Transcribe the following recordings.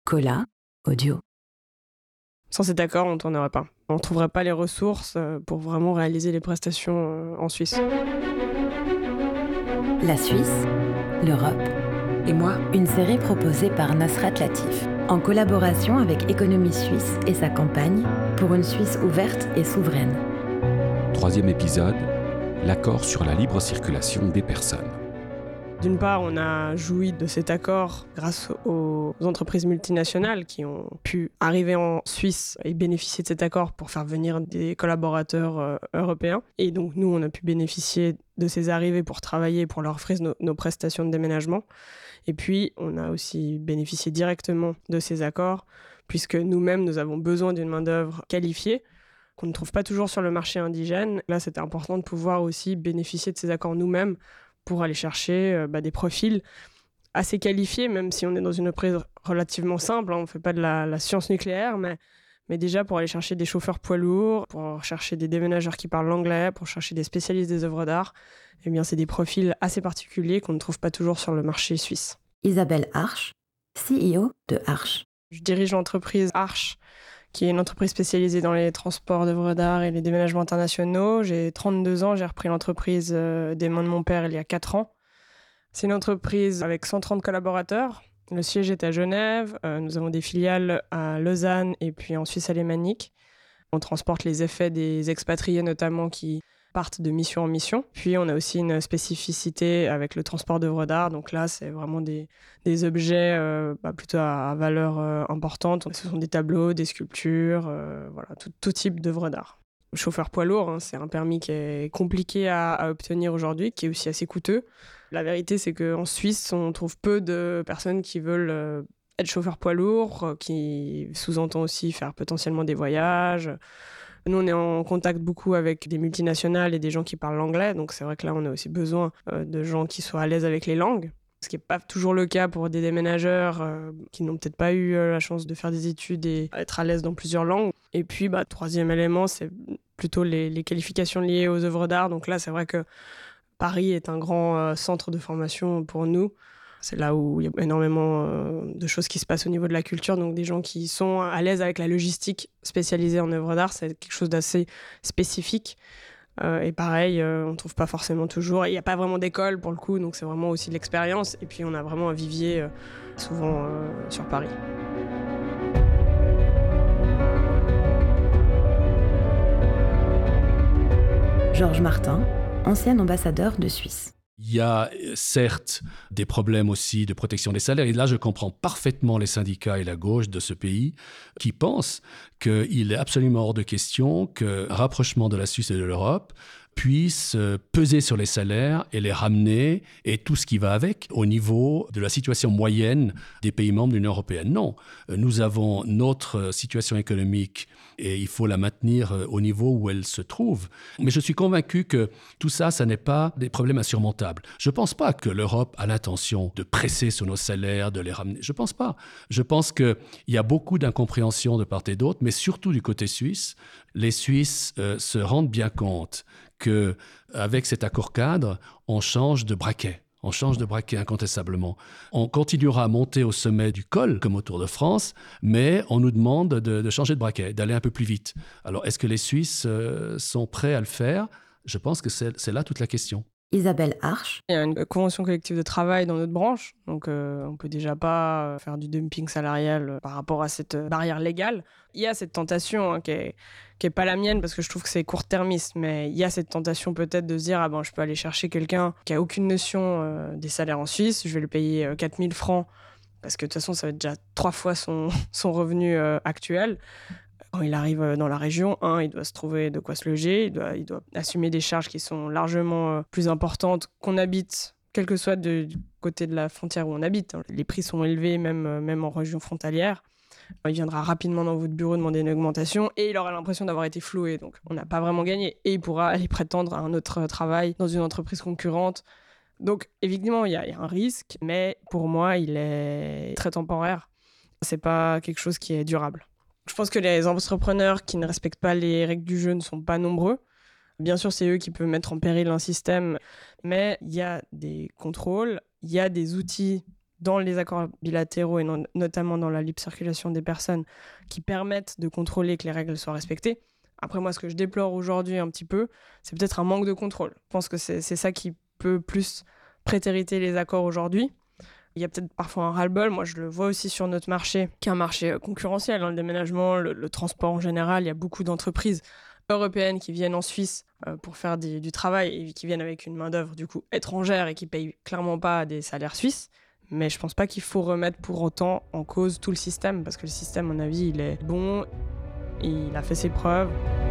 Cola Audio. Sans cet accord, on ne tournerait pas. On ne trouverait pas les ressources pour vraiment réaliser les prestations en Suisse. La Suisse, l'Europe et moi. Une série proposée par Nasrat Latif, en collaboration avec Économie Suisse et sa campagne pour une Suisse ouverte et souveraine. 3e épisode, l'accord sur la libre circulation des personnes. D'une part, on a joui de cet accord grâce aux entreprises multinationales qui ont pu arriver en Suisse et bénéficier de cet accord pour faire venir des collaborateurs européens. Et donc nous, on a pu bénéficier de ces arrivées pour travailler, pour leur offrir nos prestations de déménagement. Et puis, on a aussi bénéficié directement de ces accords, puisque nous-mêmes, nous avons besoin d'une main-d'œuvre qualifiée, qu'on ne trouve pas toujours sur le marché indigène. Là, c'était important de pouvoir aussi bénéficier de ces accords nous-mêmes pour aller chercher des profils assez qualifiés, même si on est dans une entreprise relativement simple. On ne fait pas de la science nucléaire, mais déjà pour aller chercher des chauffeurs poids lourds, pour chercher des déménageurs qui parlent l'anglais, pour chercher des spécialistes des œuvres d'art, eh bien, c'est des profils assez particuliers qu'on ne trouve pas toujours sur le marché suisse. Isabelle Arche, CEO de Arche. Je dirige l'entreprise Arche, qui est une entreprise spécialisée dans les transports d'œuvres d'art et les déménagements internationaux. J'ai 32 ans, j'ai repris l'entreprise des mains de mon père il y a 4 ans. C'est une entreprise avec 130 collaborateurs. Le siège est à Genève. Nous avons des filiales à Lausanne et puis en Suisse alémanique. On transporte les effets des expatriés notamment qui partent de mission en mission. Puis on a aussi une spécificité avec le transport d'œuvres d'art. Donc là, c'est vraiment des objets plutôt à valeur importante. Ce sont des tableaux, des sculptures, voilà, tout type d'œuvres d'art. Le chauffeur poids lourd, c'est un permis qui est compliqué à obtenir aujourd'hui, qui est aussi assez coûteux. La vérité, c'est qu'en Suisse, on trouve peu de personnes qui veulent être chauffeur poids lourd, qui sous-entend aussi faire potentiellement des voyages. Nous, on est en contact beaucoup avec des multinationales et des gens qui parlent l'anglais, donc c'est vrai que là, on a aussi besoin de gens qui soient à l'aise avec les langues, ce qui n'est pas toujours le cas pour des déménageurs qui n'ont peut-être pas eu la chance de faire des études et être à l'aise dans plusieurs langues. Et puis, troisième élément, c'est plutôt les qualifications liées aux œuvres d'art. Donc là, c'est vrai que Paris est un grand centre de formation pour nous. C'est là où il y a énormément de choses qui se passent au niveau de la culture. Donc des gens qui sont à l'aise avec la logistique spécialisée en œuvres d'art, c'est quelque chose d'assez spécifique. Et pareil, on ne trouve pas forcément toujours. Il n'y a pas vraiment d'école pour le coup, donc c'est vraiment aussi de l'expérience. Et puis on a vraiment un vivier souvent sur Paris. Georges Martin, ancien ambassadeur de Suisse. Il y a certes des problèmes aussi de protection des salaires. Et là, je comprends parfaitement les syndicats et la gauche de ce pays qui pensent qu'il est absolument hors de question qu'un rapprochement de la Suisse et de l'Europe puisse peser sur les salaires et les ramener, et tout ce qui va avec, au niveau de la situation moyenne des pays membres de l'Union européenne. Non, nous avons notre situation économique et il faut la maintenir au niveau où elle se trouve. Mais je suis convaincu que tout ça, ça n'est pas des problèmes insurmontables. Je ne pense pas que l'Europe a l'intention de presser sur nos salaires, de les ramener. Je ne pense pas. Je pense qu'il y a beaucoup d'incompréhension de part et d'autre, mais surtout du côté suisse. Les Suisses se rendent bien compte qu'avec cet accord cadre, on change de braquet. On change de braquet incontestablement. On continuera à monter au sommet du col, comme au Tour de France, mais on nous demande de changer de braquet, d'aller un peu plus vite. Alors, est-ce que les Suisses sont prêts à le faire ? Je pense que c'est là toute la question. Isabelle Arche. Il y a une convention collective de travail dans notre branche, donc on ne peut déjà pas faire du dumping salarial par rapport à cette barrière légale. Il y a cette tentation qui est pas la mienne parce que je trouve que c'est court-termiste, mais il y a cette tentation peut-être de se dire je peux aller chercher quelqu'un qui a aucune notion des salaires en Suisse, je vais lui payer 4 000 francs parce que de toute façon ça va être déjà 3 fois son revenu actuel. Quand il arrive dans la région, il doit se trouver de quoi se loger, il doit assumer des charges qui sont largement plus importantes qu'on habite, quel que soit du côté de la frontière où on habite. Les prix sont élevés, même en région frontalière. Il viendra rapidement dans votre bureau demander une augmentation et il aura l'impression d'avoir été floué. Donc on n'a pas vraiment gagné. Et il pourra aller prétendre à un autre travail dans une entreprise concurrente. Donc évidemment, il y a un risque, mais pour moi, il est très temporaire. C'est pas quelque chose qui est durable. Je pense que les entrepreneurs qui ne respectent pas les règles du jeu ne sont pas nombreux. Bien sûr, c'est eux qui peuvent mettre en péril un système, mais il y a des contrôles, il y a des outils dans les accords bilatéraux et notamment dans la libre circulation des personnes qui permettent de contrôler que les règles soient respectées. Après, moi, ce que je déplore aujourd'hui un petit peu, c'est peut-être un manque de contrôle. Je pense que c'est ça qui peut plus prétériter les accords aujourd'hui. Il y a peut-être parfois un ras-le-bol. Moi, je le vois aussi sur notre marché, qui est un marché concurrentiel. Le déménagement, le transport en général, il y a beaucoup d'entreprises européennes qui viennent en Suisse pour faire du travail et qui viennent avec une main-d'œuvre du coup étrangère et qui payent clairement pas des salaires suisses. Mais je pense pas qu'il faut remettre pour autant en cause tout le système, parce que le système, à mon avis, il est bon, il a fait ses preuves.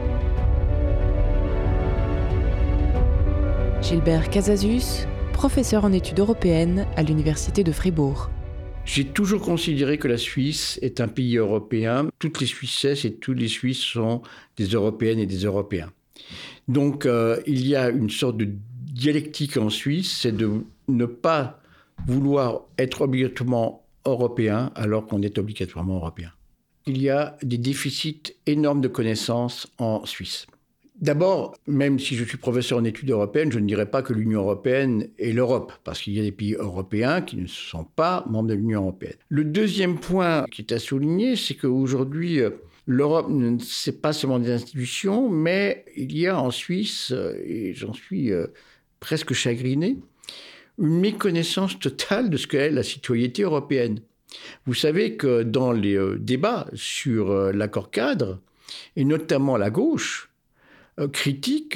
Gilbert Casasus, professeur en études européennes à l'Université de Fribourg. J'ai toujours considéré que la Suisse est un pays européen. Toutes les Suissesses et tous les Suisses sont des Européennes et des Européens. Donc, il y a une sorte de dialectique en Suisse, c'est de ne pas vouloir être obligatoirement européen alors qu'on est obligatoirement européen. Il y a des déficits énormes de connaissances en Suisse. D'abord, même si je suis professeur en études européennes, je ne dirais pas que l'Union européenne est l'Europe, parce qu'il y a des pays européens qui ne sont pas membres de l'Union européenne. Le deuxième point qui est à souligner, c'est qu'aujourd'hui, l'Europe, c'est pas seulement des institutions, mais il y a en Suisse, et j'en suis presque chagriné, une méconnaissance totale de ce qu'est la citoyenneté européenne. Vous savez que dans les débats sur l'accord cadre, et notamment la gauche, critique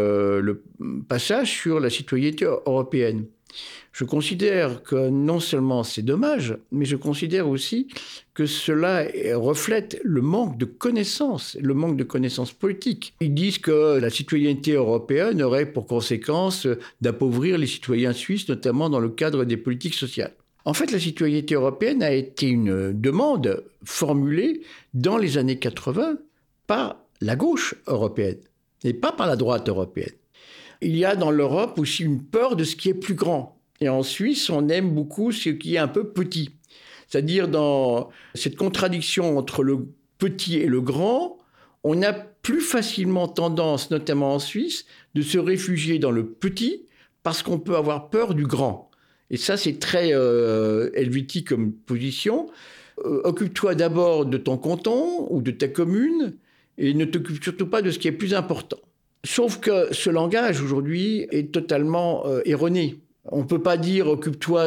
le passage sur la citoyenneté européenne. Je considère que non seulement c'est dommage, mais je considère aussi que cela reflète le manque de connaissances politiques. Ils disent que la citoyenneté européenne aurait pour conséquence d'appauvrir les citoyens suisses, notamment dans le cadre des politiques sociales. En fait, la citoyenneté européenne a été une demande formulée dans les années 80 par la gauche européenne et pas par la droite européenne. Il y a dans l'Europe aussi une peur de ce qui est plus grand. Et en Suisse, on aime beaucoup ce qui est un peu petit. C'est-à-dire dans cette contradiction entre le petit et le grand, on a plus facilement tendance, notamment en Suisse, de se réfugier dans le petit parce qu'on peut avoir peur du grand. Et ça, c'est très helvétique comme position. Occupe-toi d'abord de ton canton ou de ta commune et ne t'occupe surtout pas de ce qui est plus important. Sauf que ce langage, aujourd'hui, est totalement erroné. On ne peut pas dire « occupe-toi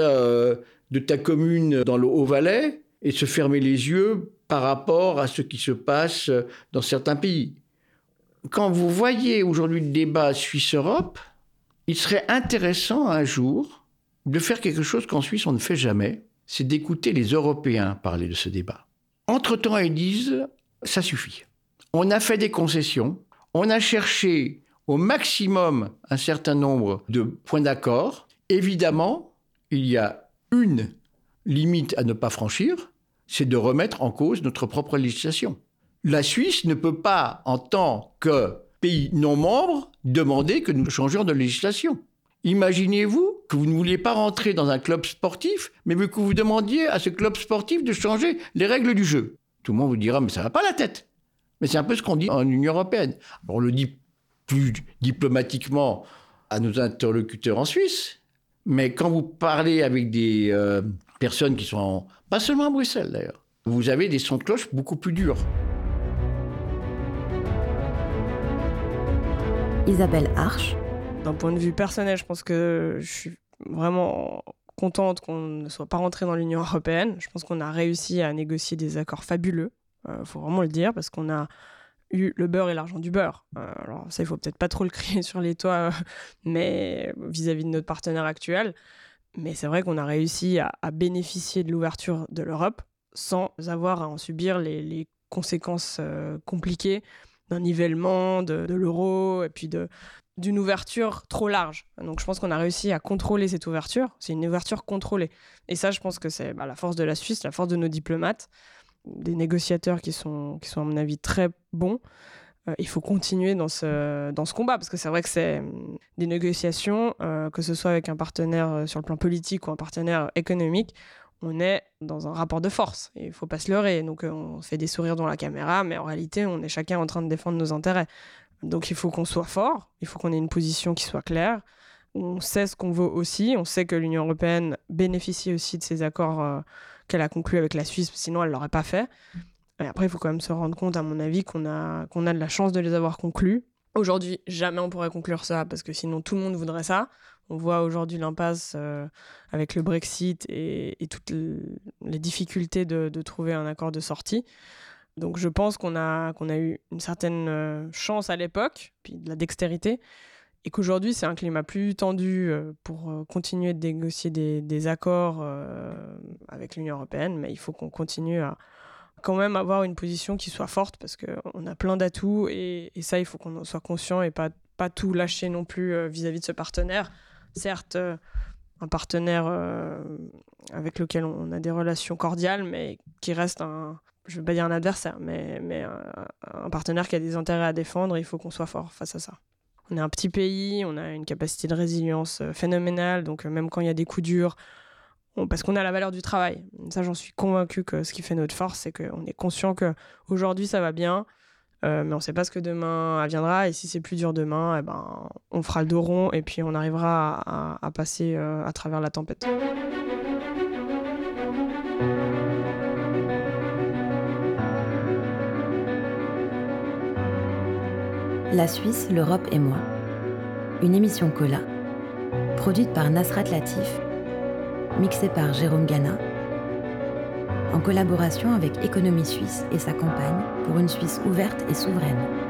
de ta commune dans le Haut-Valais » et se fermer les yeux par rapport à ce qui se passe dans certains pays. Quand vous voyez aujourd'hui le débat Suisse-Europe, il serait intéressant un jour de faire quelque chose qu'en Suisse on ne fait jamais, c'est d'écouter les Européens parler de ce débat. Entre-temps, ils disent « ça suffit ». On a fait des concessions, on a cherché au maximum un certain nombre de points d'accord. Évidemment, il y a une limite à ne pas franchir, c'est de remettre en cause notre propre législation. La Suisse ne peut pas, en tant que pays non membre, demander que nous changions de législation. Imaginez-vous que vous ne vouliez pas rentrer dans un club sportif, mais que vous demandiez à ce club sportif de changer les règles du jeu. Tout le monde vous dira « mais ça ne va pas la tête ». Mais c'est un peu ce qu'on dit en Union européenne. On le dit plus diplomatiquement à nos interlocuteurs en Suisse, mais quand vous parlez avec des personnes qui sont, pas seulement à Bruxelles d'ailleurs, vous avez des sons de cloche beaucoup plus durs. Isabelle Arche. D'un point de vue personnel, je pense que je suis vraiment contente qu'on ne soit pas rentré dans l'Union européenne. Je pense qu'on a réussi à négocier des accords fabuleux. Faut vraiment le dire, parce qu'on a eu le beurre et l'argent du beurre. Alors ça, il faut peut-être pas trop le crier sur les toits, mais vis-à-vis de notre partenaire actuel. Mais c'est vrai qu'on a réussi à bénéficier de l'ouverture de l'Europe sans avoir à en subir les conséquences compliquées d'un nivellement de l'euro et puis d'une ouverture trop large. Donc je pense qu'on a réussi à contrôler cette ouverture. C'est une ouverture contrôlée. Et ça, je pense que c'est la force de la Suisse, la force de nos diplomates, des négociateurs qui sont à mon avis très bons. Il faut continuer dans ce combat, parce que c'est vrai que c'est des négociations, que ce soit avec un partenaire sur le plan politique ou un partenaire économique, on est dans un rapport de force. Il ne faut pas se leurrer. Donc on fait des sourires dans la caméra, mais en réalité, on est chacun en train de défendre nos intérêts. Donc il faut qu'on soit fort, il faut qu'on ait une position qui soit claire, On sait ce qu'on vaut aussi. On sait que l'Union européenne bénéficie aussi de ces accords qu'elle a conclus avec la Suisse, sinon elle ne l'aurait pas fait. Et après, il faut quand même se rendre compte, à mon avis, qu'on a de la chance de les avoir conclus. Aujourd'hui, jamais on pourrait conclure ça, parce que sinon tout le monde voudrait ça. On voit aujourd'hui l'impasse avec le Brexit et toutes les difficultés de trouver un accord de sortie. Donc je pense qu'on a eu une certaine chance à l'époque, puis de la dextérité, et qu'aujourd'hui c'est un climat plus tendu pour continuer de négocier des accords avec l'Union européenne, mais il faut qu'on continue à quand même avoir une position qui soit forte, parce qu'on a plein d'atouts, et ça il faut qu'on en soit conscient et pas tout lâcher non plus vis-à-vis de ce partenaire. Certes, un partenaire avec lequel on a des relations cordiales, mais qui reste je ne veux pas dire un adversaire, mais un partenaire qui a des intérêts à défendre, et il faut qu'on soit fort face à ça. On est un petit pays, on a une capacité de résilience phénoménale, donc même quand il y a des coups durs, parce qu'on a la valeur du travail. Ça, j'en suis convaincue que ce qui fait notre force, c'est qu'on est conscient qu'aujourd'hui, ça va bien, mais on ne sait pas ce que demain adviendra, et si c'est plus dur demain, on fera le dos rond, et puis on arrivera à passer à travers la tempête. La Suisse, l'Europe et moi. Une émission Cola, produite par Nasrat Latif, mixée par Jérôme Gana, en collaboration avec Économie Suisse et sa campagne pour une Suisse ouverte et souveraine.